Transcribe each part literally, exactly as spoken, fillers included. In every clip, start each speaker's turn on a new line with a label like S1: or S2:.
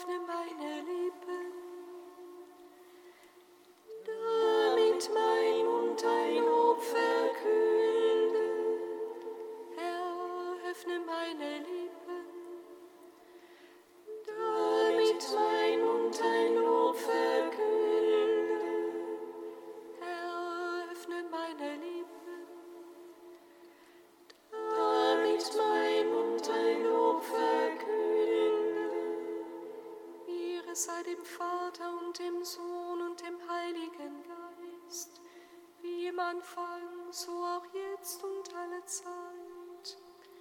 S1: öffne meine Lippen, damit mein Mund dein Lob verkünde. Herr, öffne meine Lippen, damit mein Mund dein Lob verkünde. Herr, öffne meine Lippen, damit mein Mund dein Lob verkünde. Ehre sei dem Vater und dem Sohn und dem Heiligen Geist, wie im Anfang, so auch jetzt und alle Zeit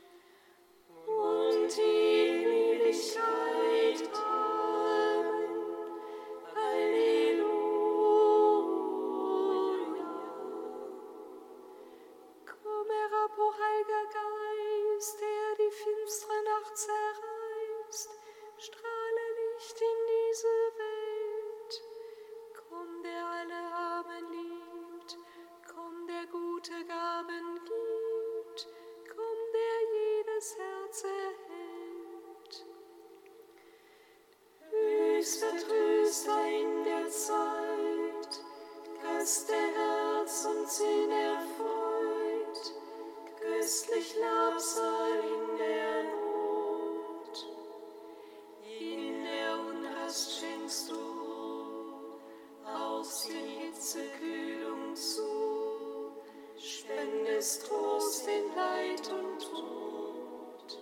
S1: und in Ewigkeit. Amen. Halleluja. Komm herab, o Heiliger Geist, der die finstere Nacht zerreißt, strahle Licht in diese Welt. Komm, der alle Armen liebt, komm, der gute Gaben gibt, komm, der jedes Herz erhält. Höchster Tröster in der Zeit, Gast, der Herz und Sinn erfreut, köstlich Labsal in der Not. In der Unrast schenkst du, haust die Hitze Kühlung zu, spendest Trost in Leid und Tod.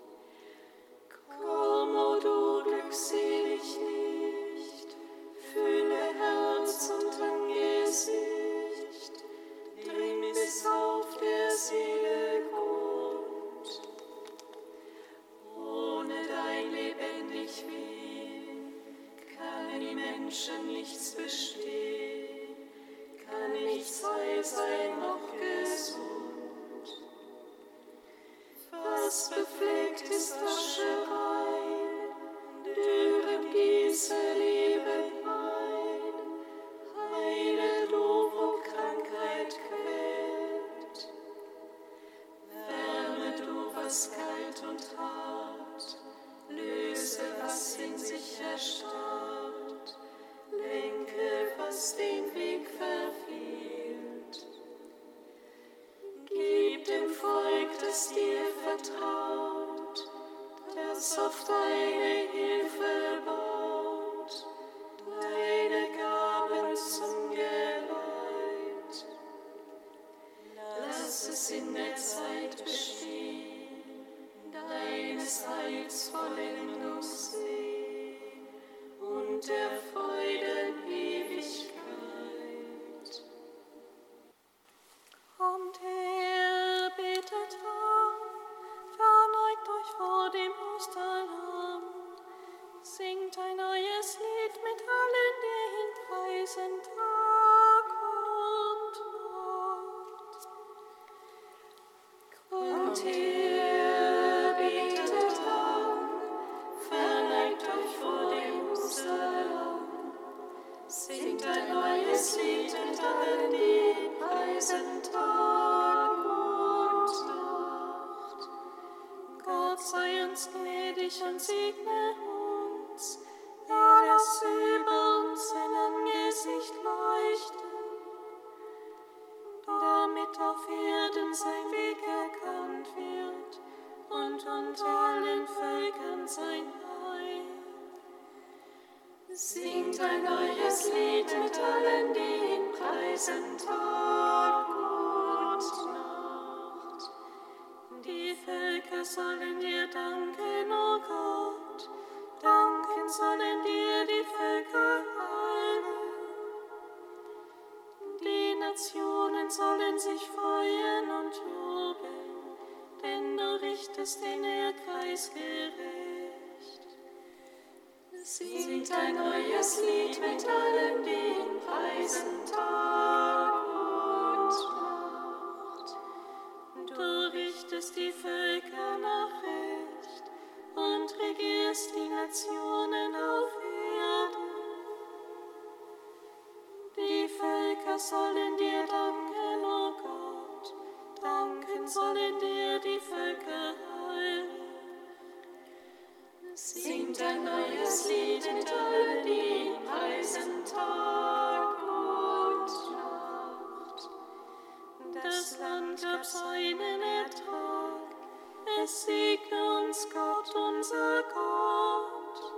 S1: Komm, o du glückselig Licht, fülle Herz und Angesicht, dring bis auf der Seele Grund. Ohne dein lebendig Wehen kann die Menschen nichts bestehen, kann nichts heil sein noch gesund. Was befleckt ist Asche rein, dürren Gieße Leben ein, heile du, wo Krankheit quält. Wärme du, was kalt und hart, löse, was in sich erstarrt, lenke, was den Weg verfehlt. Gib dem Volk, das dir vertraut, das auf deine Hilfe baut, deine Gaben zum Geleit. Lass es in der Zeit bestehen, deines Heils Vollendung sehen und der Freuden Ewigkeit.
S2: Kommt her, betet an, verneugt euch vor dem Osterlamm, singt ein neues Lied mit allen, die ihn preisen, Tag und Nacht.
S1: Kommt her, betet an, verneigt euch vor dem Osterlamm, singt ein neues Lied mit allen, die ihn preisen, Tag und Nacht.
S2: Gott sei uns gnädig und segne uns, er lasse über uns sein Angesicht leuchten, damit auf Erden sein Weg erkannt wird und unter allen Völkern sein Heil.
S1: Singt ein neues Lied mit allen, die ihn preisen, Tag und Nacht.
S2: Die Völker sollen dir danken, o Gott, danken sollen dir die Völker alle. Die Nationen sollen sich freuen und jubeln, denn du richtest den Erdkreis gerecht.
S1: Singt ein neues Lied mit allen, die ihn preisen, Tag und Nacht.
S2: Du richtest die Völker nach Recht und regierst die Nationen auf Erden. Die Völker sollen dir danken, o Gott, danken sollen dir die Völker alle. Singt ein neues Lied mit allen, die ihn preisen Tag und Nacht. Das Land gab seinen Ertrag, es segne uns Gott, unser Gott.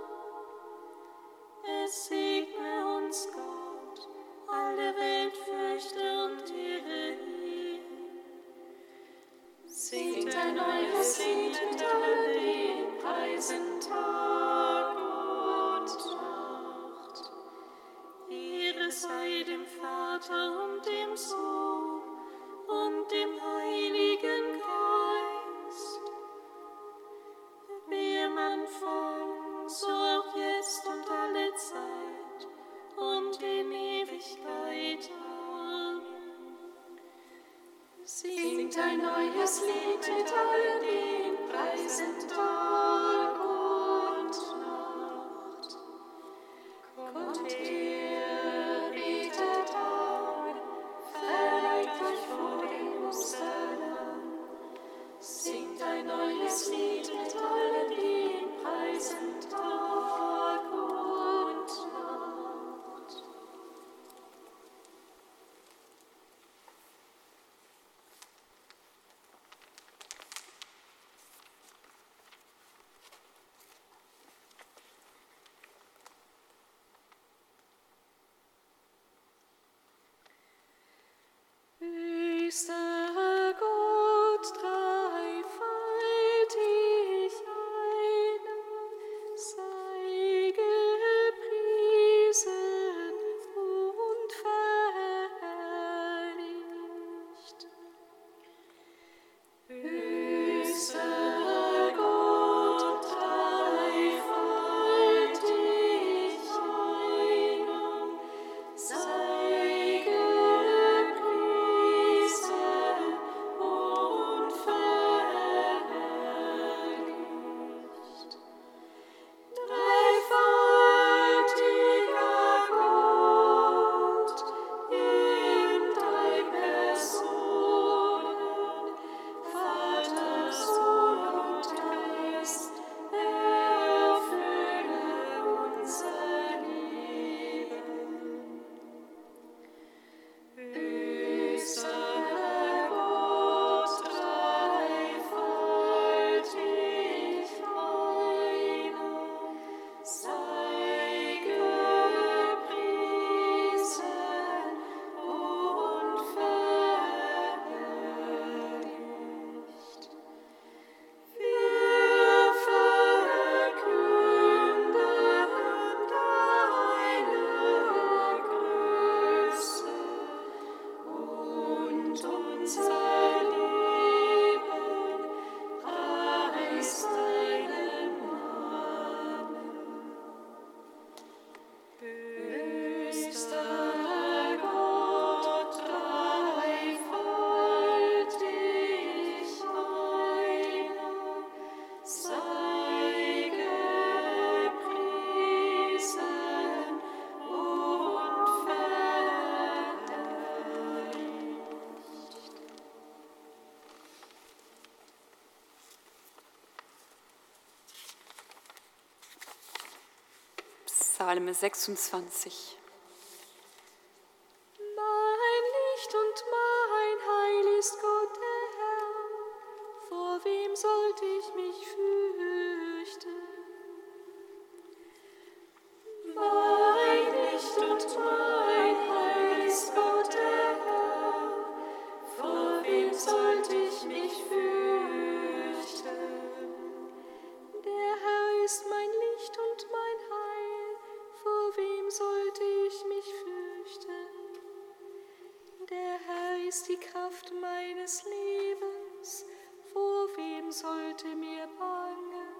S2: Es segne uns Gott, alle Welt fürchte und ehre ihn. Singt ein neues Lied mit allen, die ihn preisen Tag und Nacht. Ehre sei dem Vater und dem Sohn und dem Heiligen Geist, wie im Anfang, so auch jetzt und alle Zeit und in Ewigkeit. Amen. Singt ein neues Lied mit allen, die ihn preisen Tag und Nacht. Kommt her, betet an, verneigt euch vor dem Osterlamm. Singt ein neues Lied mit allen, die ihn preisen Tag und Nacht.
S1: Höchster Gott, dreifaltig einer, sei gepriesen und verherrlicht. Höchster Gott, dreifaltig einer, sei gepriesen und verherrlicht. Dreifaltiger Gott, in drei Personen, Vater, Sohn und Geist, erfülle unser Leben. Höchster Gott, dreifaltig einer, sei gepriesen und verherrlicht. Wir verkünden deine Größe und unser Leben preist deinen Namen. Höchster Gott, dreifaltig einer, sei gepriesen und verherrlicht.
S3: Psalm sechsundzwanzig.
S1: Mein Licht und mein Heil ist Gott der Herr, vor wem sollte ich mich fürchten? Mein Licht und mein Heil ist Gott der Herr, vor wem sollte ich mich fürchten? Der Herr ist mein Licht und mein Heil, vor wem sollte ich mich fürchten? Der Herr ist die Kraft meines Lebens, vor wem sollte mir bangen?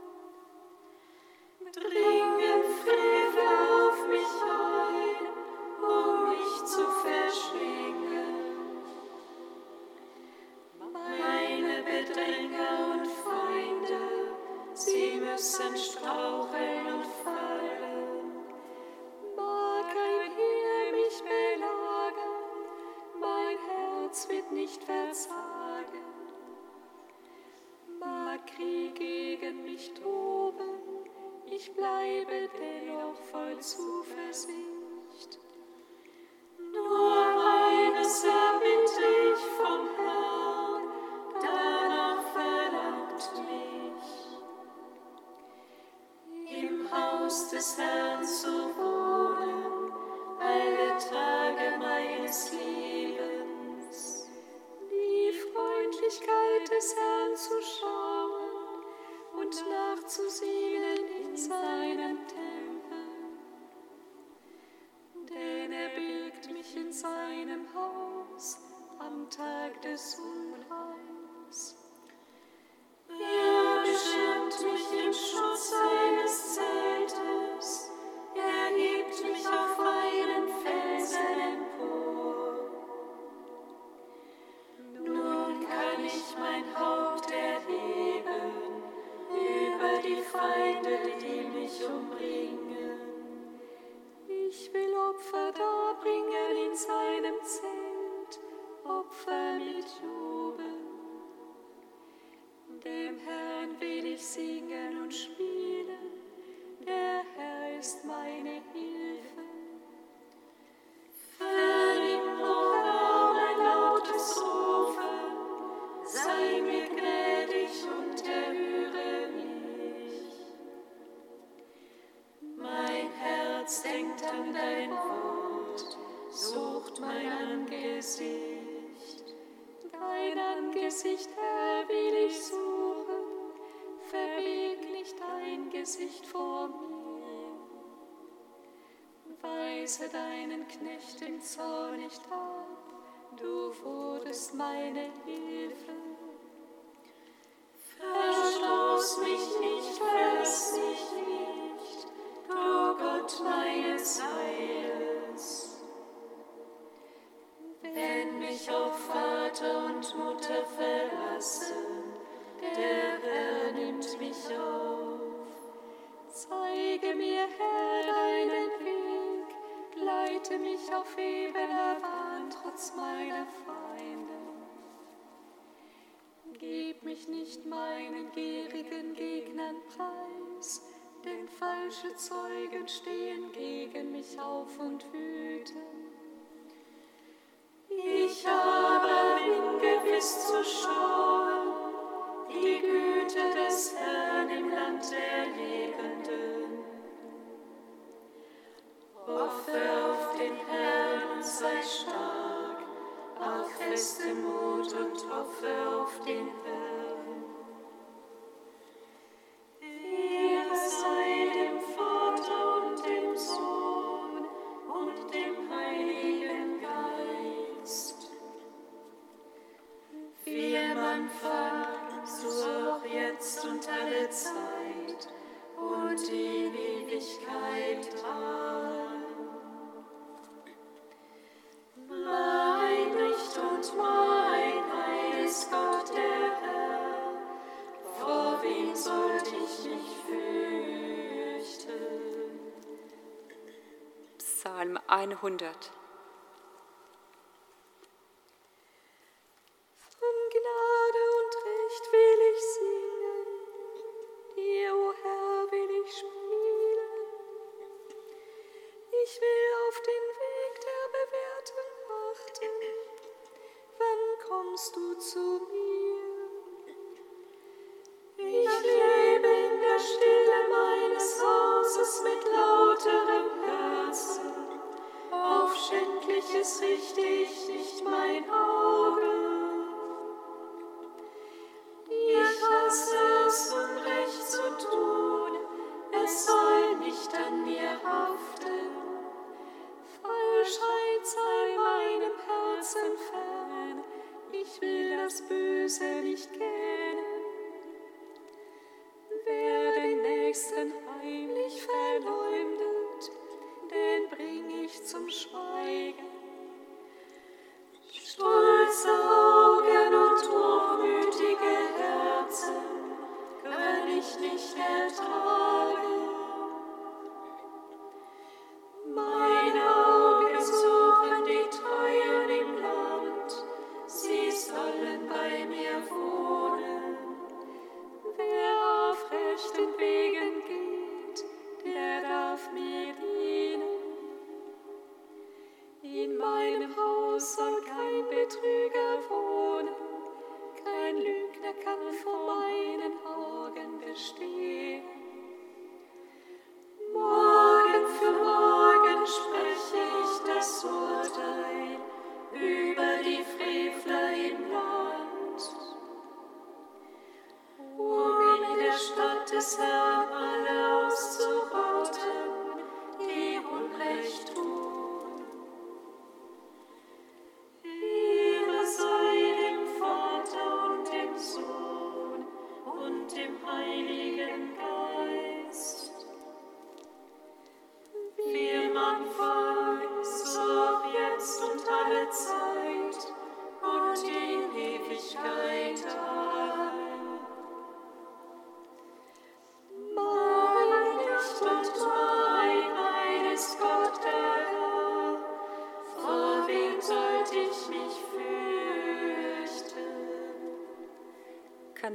S1: Dringen Frevel auf mich ein, um mich zu verschlingen. Meine Bedränger und Feinde, sie müssen straucheln und fallen. Mag ein Heer mich belagern, mein Herz wird nicht verzagen. Mag Krieg gegen mich toben, Ich bleibe dennoch voll Zuversicht.
S2: Nur eines erbitte ich vom Herrn, danach verlangt mich, im Haus des Herrn zu wohnen, alle Tage meines Lebens,
S1: die Freundlichkeit des Herrn zu schauen und nachzusehen in seinem Tempel. Denn er birgt mich in seinem Haus am Tag des Unheils.
S2: Er beschirmt mich im Schutz seines Zeltes, er hebt mich auf einen Felsen empor. Nun kann ich mein Haupt erheben über die Feinde, die mich umringen.
S1: Ich will Opfer darbringen in seinem Zelt, Opfer mit Jubel. Dem Herrn will ich singen und spielen, der Herr ist meine Hilfe.
S2: Vernimm, o Herr, mein lautes Rufen, sei mir gnädig und erhöre mich. Mein Herz denkt an dein Wort, sucht mein Angesicht.
S1: Dein Angesicht, Herr, will ich suchen, verberg nicht dein Gesicht vor mir. Weise deinen Knecht im Zorn nicht ab, du wurdest meine Hilfe.
S2: Verstoß mich nicht, verlass mich nicht, du Gott meines Heils. Wenn mich auch Vater und Mutter verlassen, der Herr nimmt mich auf.
S1: Zeige mir, Herr, deinen Weg, leite mich auf ebener Bahn trotz meiner Feinde. Gib mich nicht meinen gierigen Gegnern preis, denn falsche Zeugen stehen gegen mich auf und wüten.
S2: Ich aber bin gewiss zu schauen, die Güte des Herrn im Land der Lebenden. Hoffe auf den Herrn und sei stark, auf feste Mut und hoffe auf den Herrn. Ehre sei dem Vater und dem Sohn und dem Heiligen Geist, wie am Anfang, so auch jetzt und alle Zeit und in Ewigkeit. Amen. Mein Licht und mein Heil ist Gott der Herr, vor wem sollte ich mich fürchten?
S3: Psalm hundert.
S1: Von Gnade und Recht will ich singen, dir, o Herr, will ich spielen. Ich will auf den Weg der Bewährten achten. Wann kommst du zu mir?
S2: Ich lebe in der Stille meines Hauses mit lauterem Herzen, auf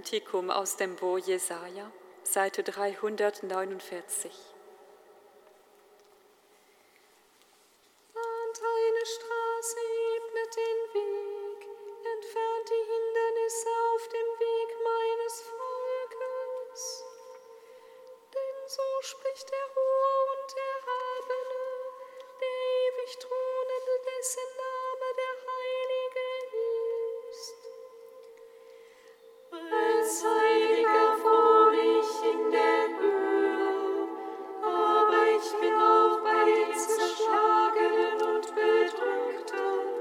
S3: Kantikum aus dem Buch Jesaja, Seite dreihundertneunundvierzig.
S1: Bahnt eine Straße, ebnet den Weg, entfernt die Hindernisse auf dem Weg meines Volkes. Denn so spricht der Hohe und Erhabene, der ewig Thronende, dessen Name der Heilige ist. Als Heiliger wohne ich in der Höhe, aber ich bin auch bei den Zerschlagenen und Bedrückten.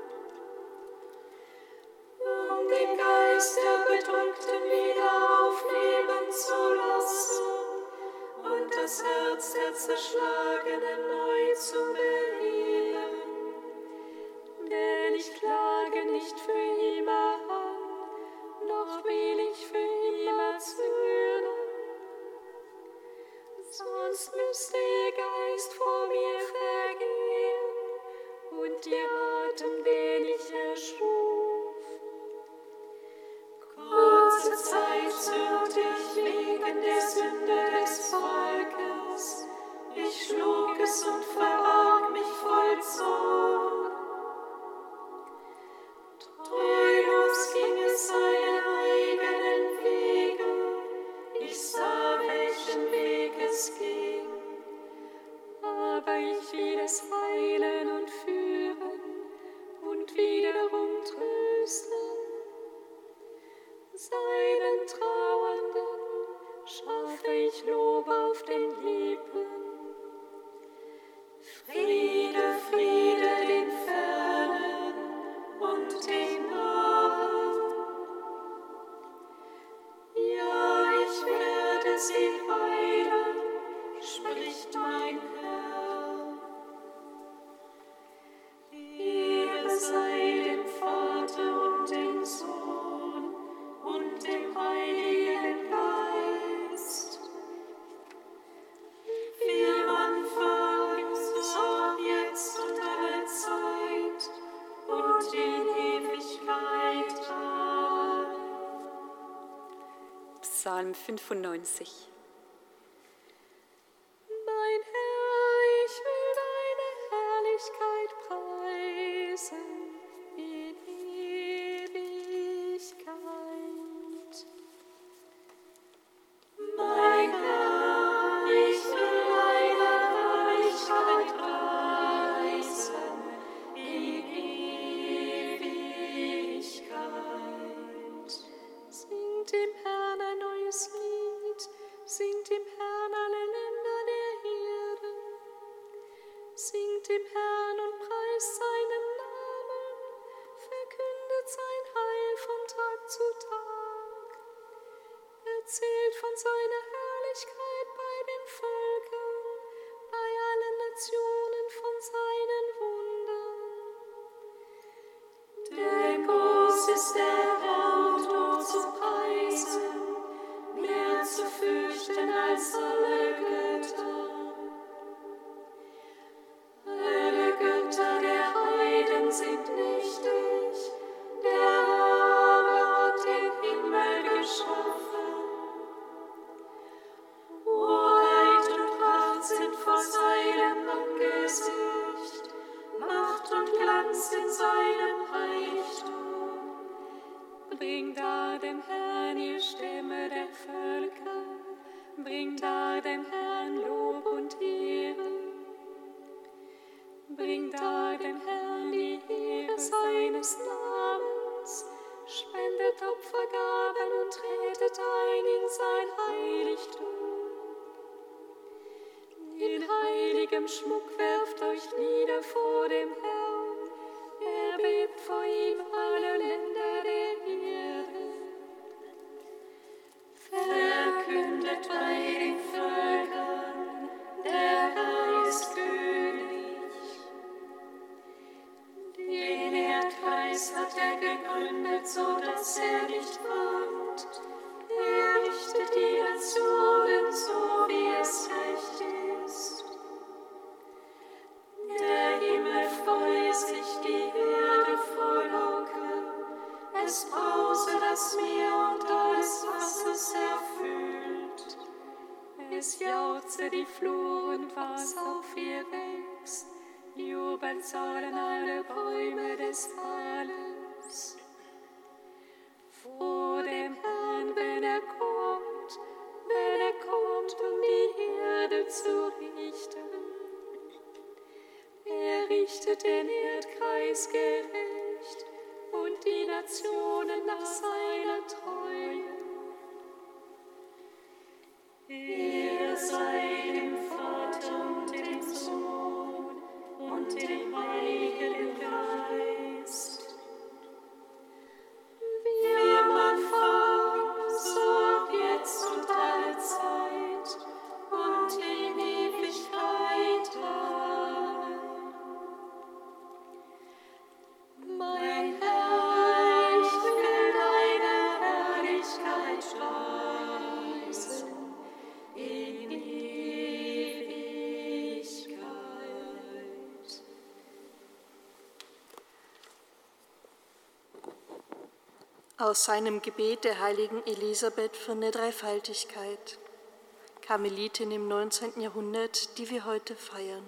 S1: Um den Geist der Bedrückten wieder aufleben zu lassen und das Herz der Zerschlagenen neu zu beleben. Denn ich klage nicht für immer an, noch will ich für immer zürnen. Sonst müsste ihr Geist vor mir vergehen und ihr Atem, den ich erschuf. Kurze Zeit zürnte ich wegen der Sünde des Volkes. Ich schlug es und verbarg mich voll Zorn. Treulos ging es seine eigenen Wege. Ich sah, welchen Weg es ging. Aber ich will es heilen und führen und wiederum trösten. Seinen Trauernden schaffe ich Lob auf den Lippen. Friede, Friede den Fernen und den Nahen. Ja, ich werde sie heilen, spricht mein Herr. Ehre sei dem Vater und dem Sohn und dem Heiligen Geist. Wie am Anfang, so auch jetzt und alle Zeit und in Ewigkeit. Amen.
S3: Psalm fünfundneunzig.
S1: Mein Herr, ich will deine Herrlichkeit preisen in Ewigkeit. Mein Herr, ich will deine Herrlichkeit preisen in Ewigkeit. Singt dem Herrn ein neues Lied, singt dem Herrn alle Länder der Erde. Singt dem Herrn und preist seinen Namen, verkündet sein Heil von Tag zu Tag. Erzählt von seiner Herrlichkeit bei den Völkern, bei allen Nationen von seinen Wundern. Denn groß ist der Herr und hoch zu preisen, mehr zu fürchten als alle Götter. Alle Götter der Heiden sind nichtig, der Herr hat den Himmel geschaffen. Hoheit und Pracht sind vor seinem Angesicht, Macht und Glanz in seinem Heiligtum. Bringt da dem Herrn, ihr Stämme der Völker, bringt da dem Herrn Lob und Ehre. Bringt da dem Herrn die Ehre seines Namens, spendet Opfergaben und tretet ein in sein Heiligtum. In heiligem Schmuck werft euch nieder vor dem Herrn, erbebt vor ihm alle Länder der Erde. Verkündet bei den Völkern, der Herr ist König. Den Erdkreis hat er gegründet, so dass er nicht wankt. Er richtet die Nationen so, wie es recht ist. Der Himmel freue sich, die Erde frohlocken. es jauchze die Flur und was auf ihr wächst, jubeln sollen alle Bäume des Waldes. Vor dem Herrn, wenn er kommt, wenn er kommt, um die Erde zu richten. Er richtet den Erdkreis gerecht und die Nationen nach seiner Treue. Er sei dem Vater und dem Sohn und dem Heiligen Geist. Wie am Anfang, so auch jetzt und alle Zeit und in Ewigkeit. Amen. Mein Herr, ich will deine Herrlichkeit preisen in Ewigkeit.
S4: Aus seinem Gebet der heiligen Elisabeth von der Dreifaltigkeit, Karmelitin im neunzehnten Jahrhundert, die wir heute feiern.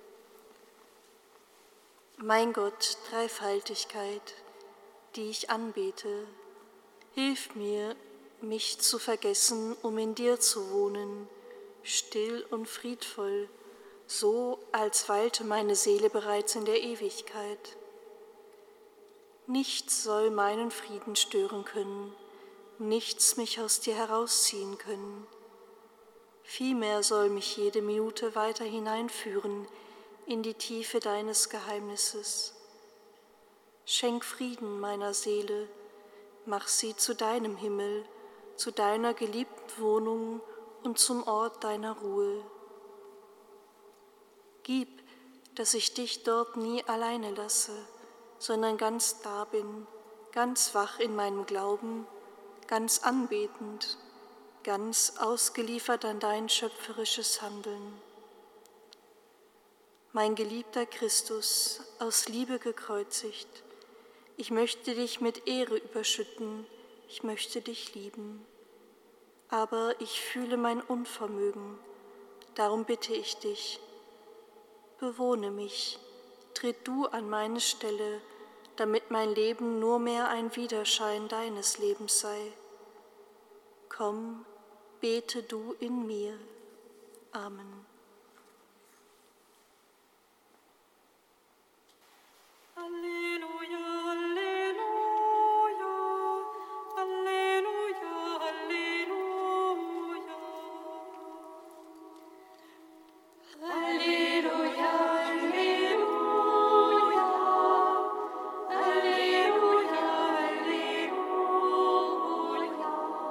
S4: Mein Gott, Dreifaltigkeit, die ich anbete, hilf mir, mich zu vergessen, um in dir zu wohnen, still und friedvoll, so als weilte meine Seele bereits in der Ewigkeit. Nichts soll meinen Frieden stören können, nichts mich aus dir herausziehen können. Vielmehr soll mich jede Minute weiter hineinführen in die Tiefe deines Geheimnisses. Schenk Frieden meiner Seele, mach sie zu deinem Himmel, zu deiner geliebten Wohnung und zum Ort deiner Ruhe. Gib, dass ich dich dort nie alleine lasse, sondern ganz da bin, ganz wach in meinem Glauben, ganz anbetend, ganz ausgeliefert an dein schöpferisches Handeln. Mein geliebter Christus, aus Liebe gekreuzigt, ich möchte dich mit Ehre überschütten, ich möchte dich lieben. Aber ich fühle mein Unvermögen, darum bitte ich dich, bewohne mich, tritt du an meine Stelle, damit mein Leben nur mehr ein Widerschein deines Lebens sei. Komm, bete du in mir. Amen.
S2: Halleluja, Halleluja, Halleluja, Halleluja.
S1: Halleluja, Halleluja, Halleluja, Halleluja.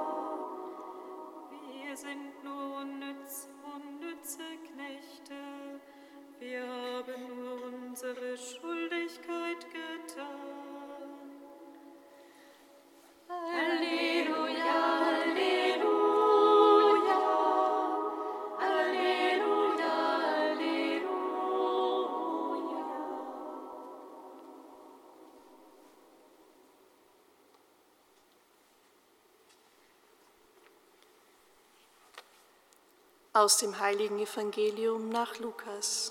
S2: Wir sind nur unnütz, unnütze Knechte, wir haben nur unsere Schuldigkeit getan.
S1: Halleluja, Halleluja, Halleluja, Halleluja.
S4: Aus dem heiligen Evangelium nach Lukas.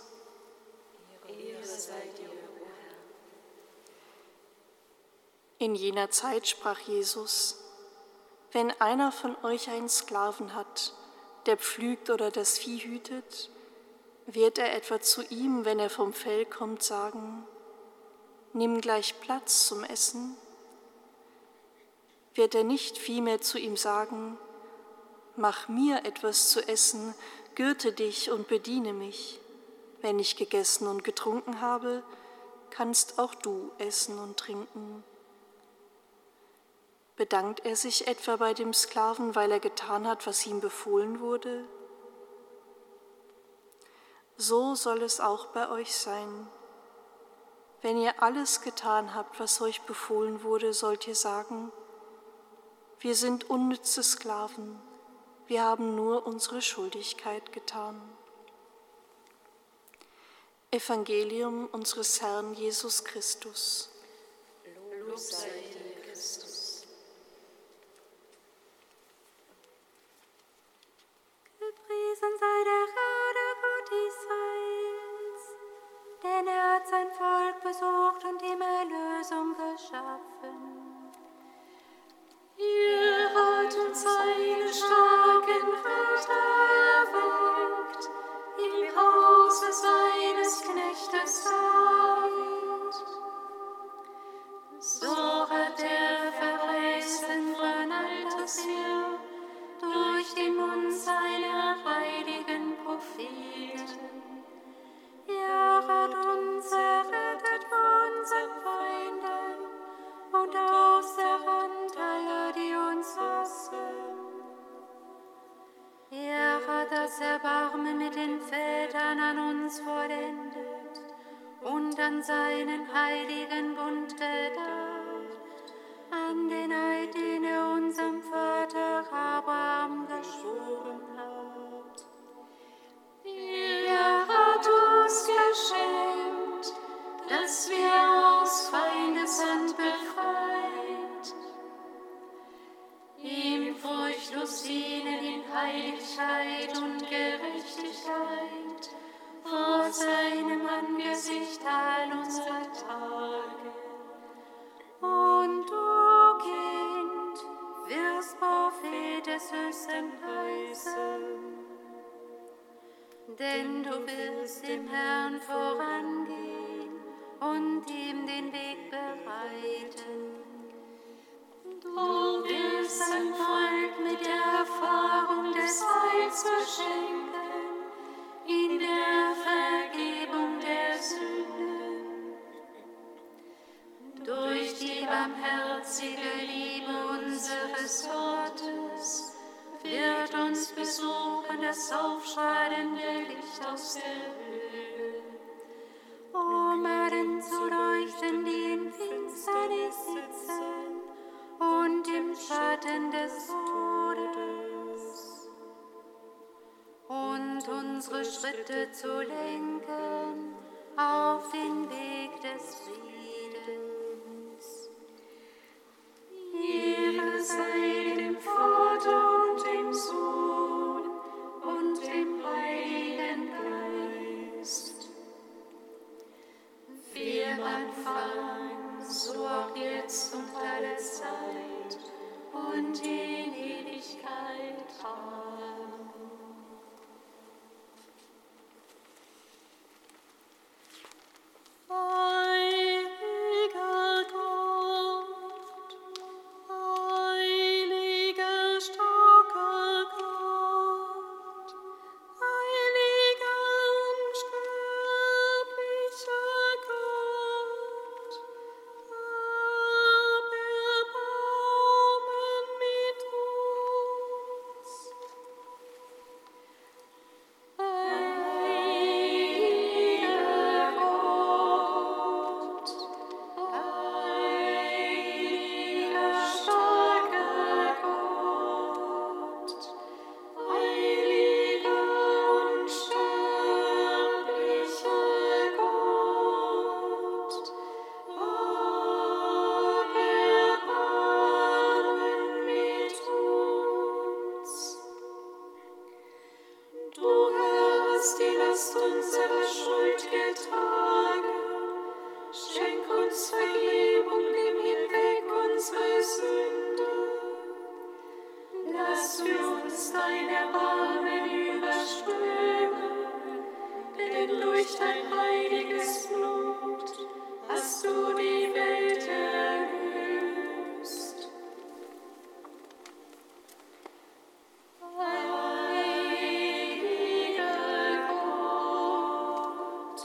S4: In jener Zeit sprach Jesus: Wenn einer von euch einen Sklaven hat, der pflügt oder das Vieh hütet, wird er etwa zu ihm, wenn er vom Feld kommt, sagen: Nimm gleich Platz zum Essen? Wird er nicht vielmehr zu ihm sagen: Mach mir etwas zu essen, gürte dich und bediene mich. Wenn ich gegessen und getrunken habe, kannst auch du essen und trinken. Bedankt er sich etwa bei dem Sklaven, weil er getan hat, was ihm befohlen wurde? So soll es auch bei euch sein. Wenn ihr alles getan habt, was euch befohlen wurde, sollt ihr sagen: Wir sind unnütze Sklaven, wir haben nur unsere Schuldigkeit getan. Evangelium unseres Herrn Jesus Christus.
S1: Lob sei dir, Christus.
S2: Gepriesen Gepriesen sei der Herr, der Gott Israels, denn er hat sein Volk besucht und ihm Erlösung geschaffen.
S1: Er hat uns seine starken Richter erweckt, im Hause seines Knechtes David. So hat er verheißen von alters her, durch den Mund seiner heiligen Propheten. Er hat uns errettet vor unseren Feinden und aus der Hand aller, die uns hassen.
S2: Er hat das Erbarmen mit den Vätern an uns vollendet und an seinen heiligen Bund gedacht, an den Eid, den er unserem Vater Abraham geschworen hat.
S1: Er hat uns geschenkt, dass wir aus Feindeshand befreit, ihm furchtlos dienen in Heiligkeit und Gerechtigkeit vor seinem Angesicht all unserer Tage.
S2: Und du, Kind, wirst Prophet des Höchsten heißen, denn du wirst dem Herrn vorangehen und ihm den Weg bereiten.
S1: Du wirst sein Volk mit der Erfahrung des Heils beschenken, in der Vergebung der Sünden. Durch die barmherzige Liebe unseres Gottes wird uns besuchen das aufstrahlende Licht aus der Höhe,
S2: um allen zu leuchten, die in Finsternis sitzen und im Schatten des Todes, und unsere Schritte zu lenken auf den Weg des Friedens.
S1: Ehre sei dem Vater und dem Sohn und dem Heiligen Geist, wie im Anfang, so auch jetzt und alle Zeit und in Ewigkeit. Amen.
S2: Heiliger Gott, heiliger starker Gott, heiliger unsterblicher Gott, hab Erbarmen mit uns.
S1: Heiliger Gott, heiliger starker Gott, heiliger unsterblicher Gott, hab Erbarmen mit uns. Du hast die Last unserer Schuld getragen, schenk uns Vergebung im Hinweg unserer Sünde. Lass für uns dein Erbarmen überströmen, denn durch dein heiliges Blut hast du die Welt erlöst. Heiliger Gott,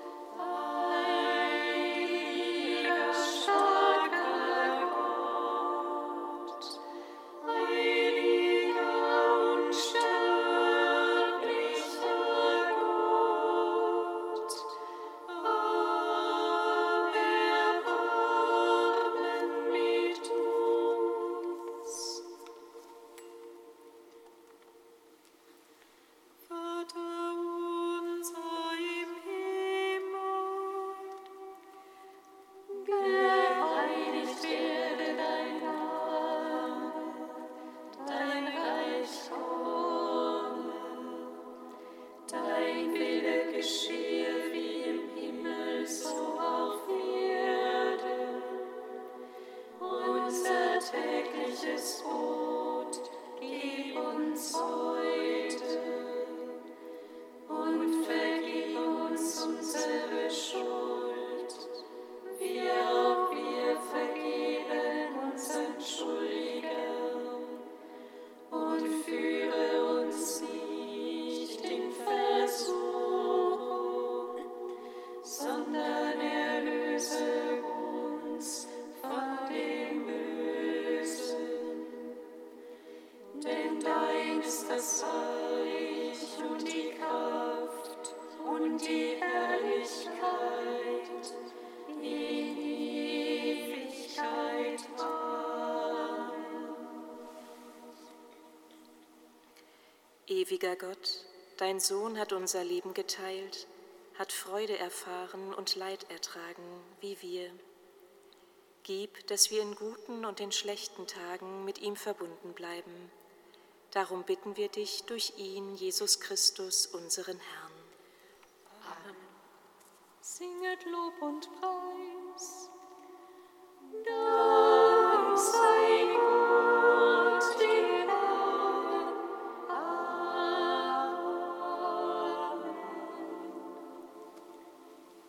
S1: heiliger starker Gott, heiliger unsterblicher geschehe wie im Himmel, so auf Erden. Unser tägliches Brot gib uns heute und vergib uns unsere Schuld, wie auch wir vergeben unseren Schuldigern. Und führe uns nicht in Versuchung, sondern erlöse uns von dem Bösen. Denn dein ist das Reich und die Kraft und die Herrlichkeit in Ewigkeit. Amen.
S5: Ewiger Gott, dein Sohn hat unser Leben geteilt, hat Freude erfahren und Leid ertragen, wie wir. Gib, dass wir in guten und in schlechten Tagen mit ihm verbunden bleiben. Darum bitten wir dich durch ihn, Jesus Christus, unseren Herrn.
S1: Amen. Singet Lob und Preis.